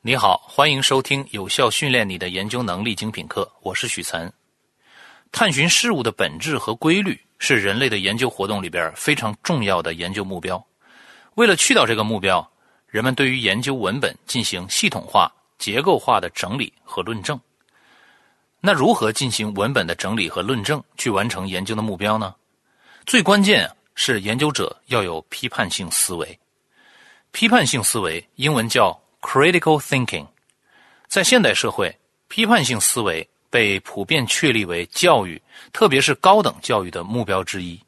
你好，欢迎收听有效训练你的研究能力精品课，我是许岑。探寻事物的本质和规律是人类的研究活动里边非常重要的研究目标。为了去到这个目标，人们对于研究文本进行系统化、结构化的整理和论证。那如何进行文本的整理和论证，去完成研究的目标呢？最关键是研究者要有批判性思维。批判性思维，英文叫 critical thinking。 在现代社会，批判性思维被普遍确立为教育，特别是高等教育的目标之一。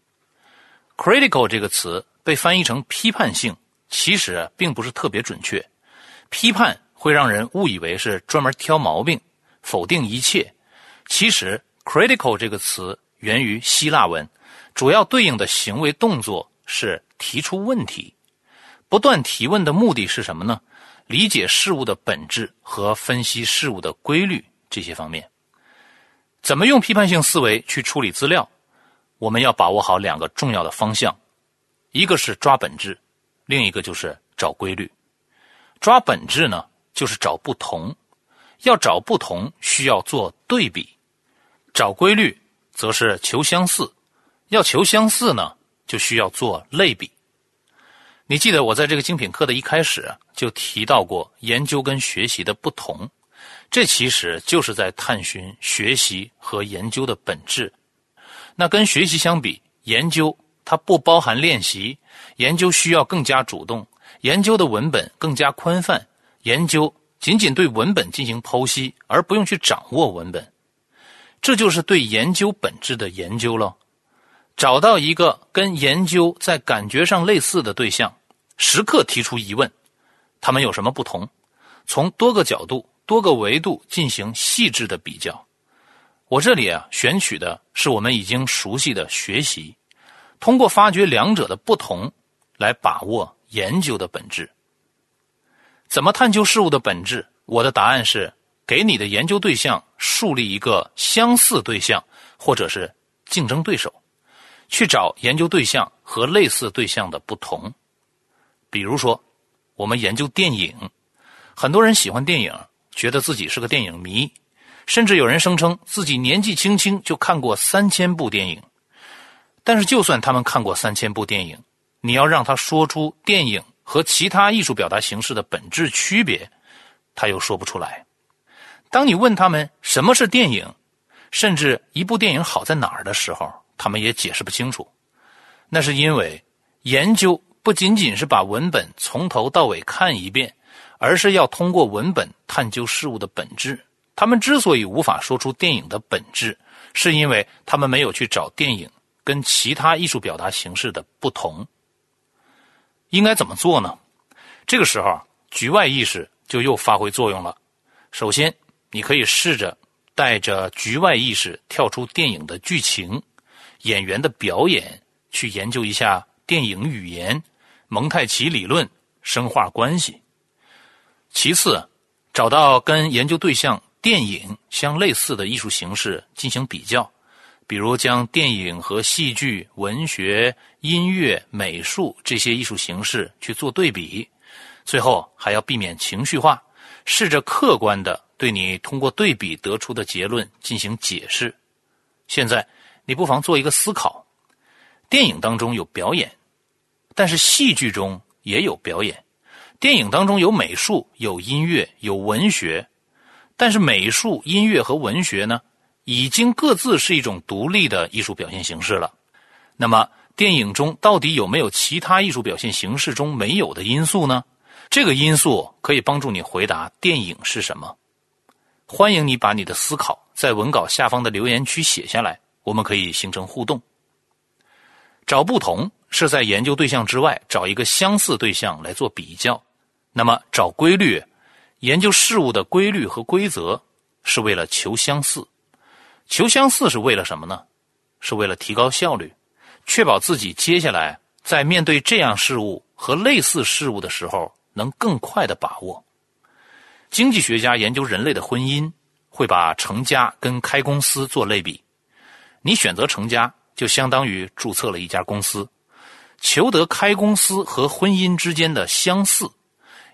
critical 这个词被翻译成批判性，其实并不是特别准确。批判会让人误以为是专门挑毛病，否定一切。其实 critical 这个词源于希腊文，主要对应的行为动作是提出问题。不断提问的目的是什么呢？理解事物的本质和分析事物的规律这些方面。怎么用批判性思维去处理资料？我们要把握好两个重要的方向，一个是抓本质，另一个就是找规律。抓本质呢，就是找不同，要找不同需要做对比；找规律则是求相似，要求相似呢，就需要做类比。你记得我在这个精品课的一开始就提到过研究跟学习的不同，这其实就是在探寻学习和研究的本质。那跟学习相比，研究它不包含练习，研究需要更加主动，研究的文本更加宽泛，研究仅仅对文本进行剖析，而不用去掌握文本。这就是对研究本质的研究了。找到一个跟研究在感觉上类似的对象，时刻提出疑问，他们有什么不同？从多个角度、多个维度进行细致的比较。我这里选取的是我们已经熟悉的学习，通过发掘两者的不同，来把握研究的本质。怎么探究事物的本质？我的答案是，给你的研究对象树立一个相似对象，或者是竞争对手，去找研究对象和类似对象的不同。比如说，我们研究电影，很多人喜欢电影，觉得自己是个电影迷，甚至有人声称自己年纪轻轻就看过3000部电影。但是就算他们看过3000部电影，你要让他说出电影和其他艺术表达形式的本质区别，他又说不出来。当你问他们什么是电影，甚至一部电影好在哪儿的时候，他们也解释不清楚。那是因为研究不仅仅是把文本从头到尾看一遍，而是要通过文本探究事物的本质。他们之所以无法说出电影的本质，是因为他们没有去找电影跟其他艺术表达形式的不同。应该怎么做呢？这个时候局外意识就又发挥作用了。首先，你可以试着带着局外意识跳出电影的剧情、演员的表演，去研究一下电影语言、蒙太奇理论、生化关系。其次，找到跟研究对象电影相类似的艺术形式进行比较，比如将电影和戏剧、文学、音乐、美术这些艺术形式去做对比。最后还要避免情绪化，试着客观地对你通过对比得出的结论进行解释。现在你不妨做一个思考，电影当中有表演，但是戏剧中也有表演；电影当中有美术、有音乐、有文学，但是美术、音乐和文学呢，已经各自是一种独立的艺术表现形式了。那么电影中到底有没有其他艺术表现形式中没有的因素呢？这个因素可以帮助你回答电影是什么。欢迎你把你的思考在文稿下方的留言区写下来，我们可以形成互动。找不同是在研究对象之外找一个相似对象来做比较。那么找规律，研究事物的规律和规则是为了求相似。求相似是为了什么呢？是为了提高效率，确保自己接下来在面对这样事物和类似事物的时候能更快地把握。经济学家研究人类的婚姻，会把成家跟开公司做类比。你选择成家，就相当于注册了一家公司。求得开公司和婚姻之间的相似，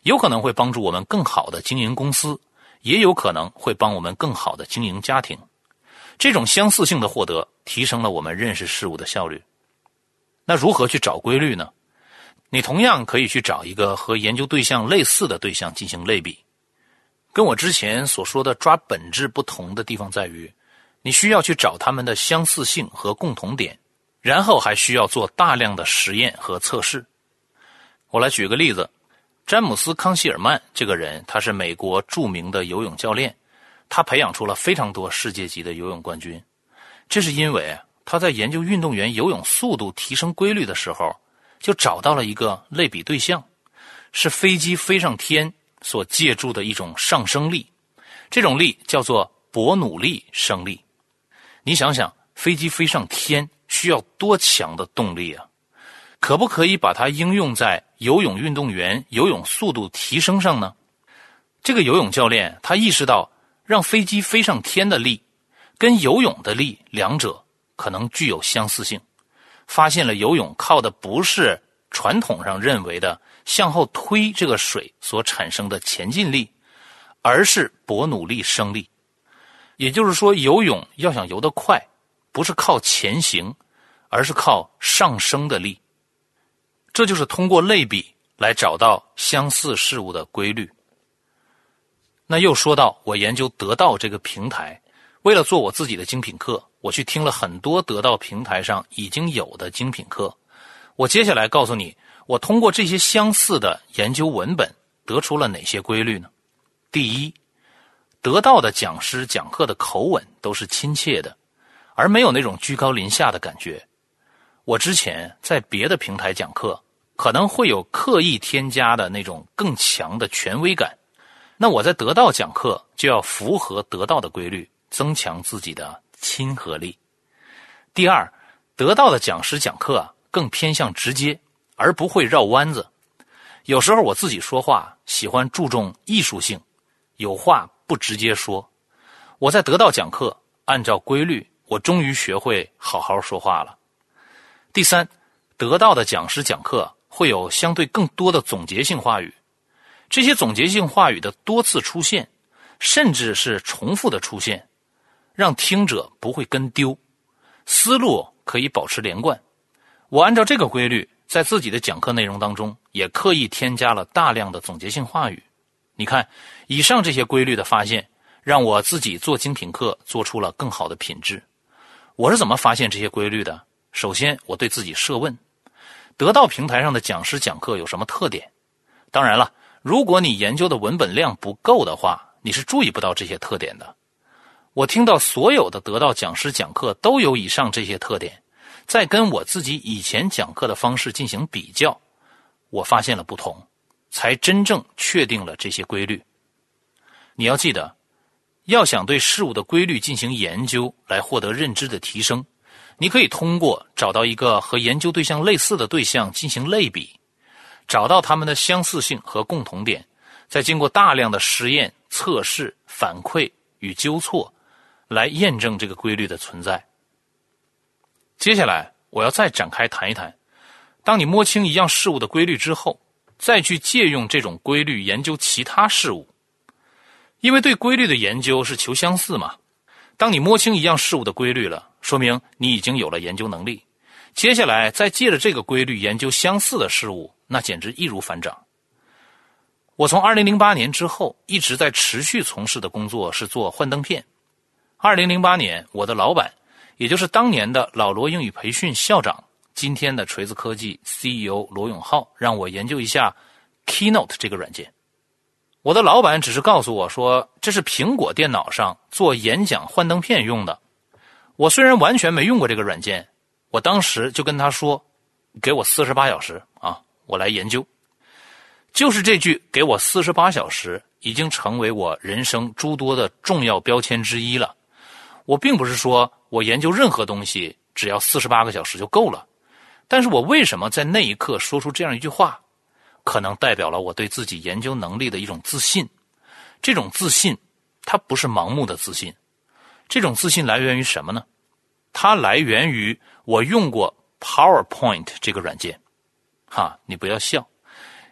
有可能会帮助我们更好的经营公司，也有可能会帮我们更好的经营家庭。这种相似性的获得提升了我们认识事物的效率。那如何去找规律呢？你同样可以去找一个和研究对象类似的对象进行类比。跟我之前所说的抓本质不同的地方在于，你需要去找他们的相似性和共同点，然后还需要做大量的实验和测试。我来举个例子，詹姆斯·康希尔曼这个人，他是美国著名的游泳教练，他培养出了非常多世界级的游泳冠军。这是因为他在研究运动员游泳速度提升规律的时候，就找到了一个类比对象，是飞机飞上天所借助的一种上升力，这种力叫做伯努利升力。你想想，飞机飞上天需要多强的动力啊！可不可以把它应用在游泳运动员游泳速度提升上呢？这个游泳教练他意识到，让飞机飞上天的力跟游泳的力两者可能具有相似性，发现了游泳靠的不是传统上认为的向后推这个水所产生的前进力，而是伯努利升力。也就是说，游泳要想游得快，不是靠前行，而是靠上升的力。这就是通过类比来找到相似事物的规律。那又说到我研究得到这个平台，为了做我自己的精品课，我去听了很多得到平台上已经有的精品课。我接下来告诉你，我通过这些相似的研究文本得出了哪些规律呢？第一，得到的讲师讲课的口吻都是亲切的，而没有那种居高临下的感觉。我之前在别的平台讲课，可能会有刻意添加的那种更强的权威感，那我在得到讲课就要符合得到的规律，增强自己的亲和力。第二，得到的讲师讲课更偏向直接，而不会绕弯子。有时候我自己说话喜欢注重艺术性，有话不直接说。我在得到讲课按照规律，我终于学会好好说话了。第三，得到的讲师讲课会有相对更多的总结性话语，这些总结性话语的多次出现，甚至是重复的出现，让听者不会跟丢，思路可以保持连贯。我按照这个规律，在自己的讲课内容当中也刻意添加了大量的总结性话语。你看，以上这些规律的发现，让我自己做精品课做出了更好的品质。我是怎么发现这些规律的？首先，我对自己设问，得到平台上的讲师讲课有什么特点？当然了，如果你研究的文本量不够的话，你是注意不到这些特点的。我听到所有的得到讲师讲课都有以上这些特点，再跟我自己以前讲课的方式进行比较，我发现了不同，才真正确定了这些规律。你要记得，要想对事物的规律进行研究来获得认知的提升，你可以通过找到一个和研究对象类似的对象进行类比，找到他们的相似性和共同点，再经过大量的实验、测试、反馈与纠错来验证这个规律的存在。接下来我要再展开谈一谈，当你摸清一样事物的规律之后，再去借用这种规律研究其他事物。因为对规律的研究是求相似嘛，当你摸清一样事物的规律了，说明你已经有了研究能力。接下来再借着这个规律研究相似的事物，那简直易如反掌。我从2008年之后一直在持续从事的工作是做幻灯片。2008年，我的老板，也就是当年的老罗英语培训校长，今天的锤子科技 CEO 罗永浩，让我研究一下 Keynote 这个软件。我的老板只是告诉我说，这是苹果电脑上做演讲幻灯片用的。我虽然完全没用过这个软件，我当时就跟他说，给我48小时啊，我来研究。就是这句给我48小时已经成为我人生诸多的重要标签之一了。我并不是说我研究任何东西只要48个小时就够了，但是我为什么在那一刻说出这样一句话，可能代表了我对自己研究能力的一种自信。这种自信它不是盲目的自信，这种自信来源于什么呢？它来源于我用过 PowerPoint 这个软件。你不要笑，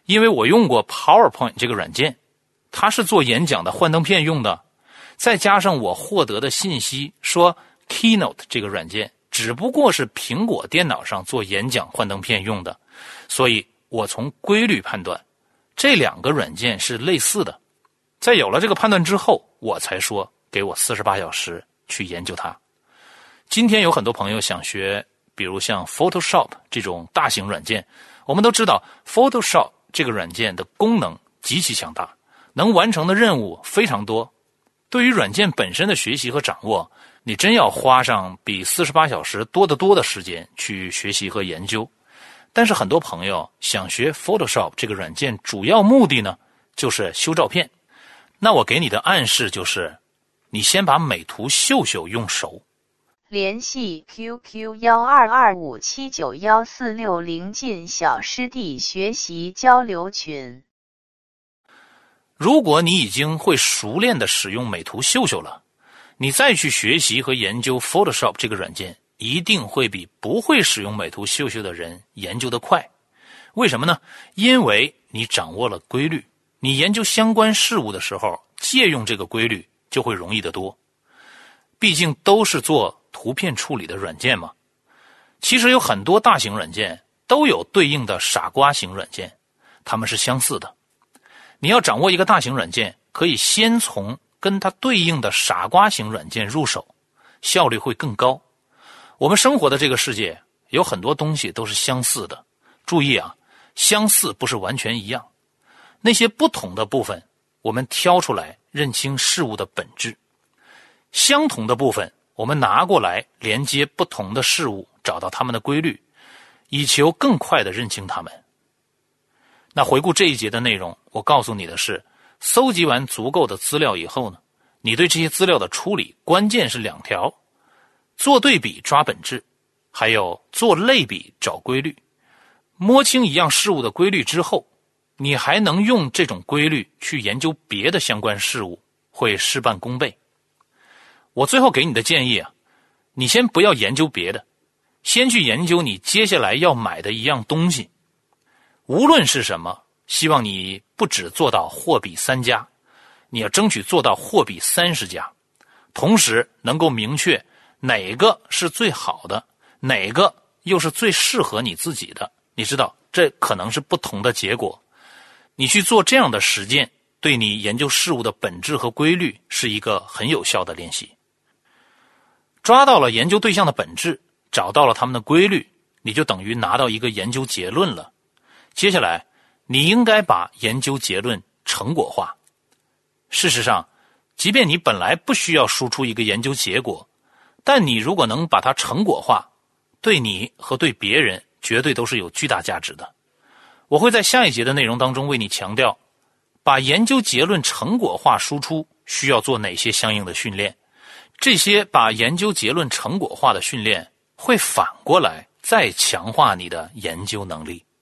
因为我用过 PowerPoint 这个软件，它是做演讲的幻灯片用的，再加上我获得的信息说 Keynote 这个软件只不过是苹果电脑上做演讲幻灯片用的，所以我从规律判断这两个软件是类似的。在有了这个判断之后，我才说给我48小时去研究它。今天有很多朋友想学，比如像 Photoshop 这种大型软件，我们都知道 Photoshop 这个软件的功能极其强大，能完成的任务非常多。对于软件本身的学习和掌握，你真要花上比48小时多得多的时间去学习和研究。但是很多朋友想学 Photoshop 这个软件，主要目的呢，就是修照片。那我给你的暗示就是，你先把美图秀秀用熟。 联系 QQ 1225791460进小师弟学习交流群。 如果你已经会熟练地使用美图秀秀了，你再去学习和研究 Photoshop 这个软件，一定会比不会使用美图秀秀的人研究得快。为什么呢？因为你掌握了规律，你研究相关事物的时候，借用这个规律就会容易得多。毕竟都是做图片处理的软件嘛。其实有很多大型软件都有对应的傻瓜型软件，它们是相似的。你要掌握一个大型软件，可以先从跟它对应的傻瓜型软件入手，效率会更高。我们生活的这个世界有很多东西都是相似的，注意啊，相似不是完全一样。那些不同的部分，我们挑出来认清事物的本质；相同的部分，我们拿过来连接不同的事物，找到它们的规律，以求更快地认清它们。那回顾这一节的内容，我告诉你的是，搜集完足够的资料以后呢，你对这些资料的处理关键是2条：做对比抓本质，还有做类比找规律。摸清一样事物的规律之后，你还能用这种规律去研究别的相关事物，会事半功倍。我最后给你的建议啊，你先不要研究别的，先去研究你接下来要买的一样东西。无论是什么，希望你不只做到货比3家，你要争取做到货比30家，同时能够明确哪个是最好的，哪个又是最适合你自己的。你知道，这可能是不同的结果。你去做这样的实践，对你研究事物的本质和规律是一个很有效的练习。抓到了研究对象的本质，找到了他们的规律，你就等于拿到一个研究结论了。接下来，你应该把研究结论成果化。事实上，即便你本来不需要输出一个研究结果，但你如果能把它成果化，对你和对别人绝对都是有巨大价值的。我会在下一节的内容当中为你强调，把研究结论成果化输出需要做哪些相应的训练。这些把研究结论成果化的训练，会反过来再强化你的研究能力。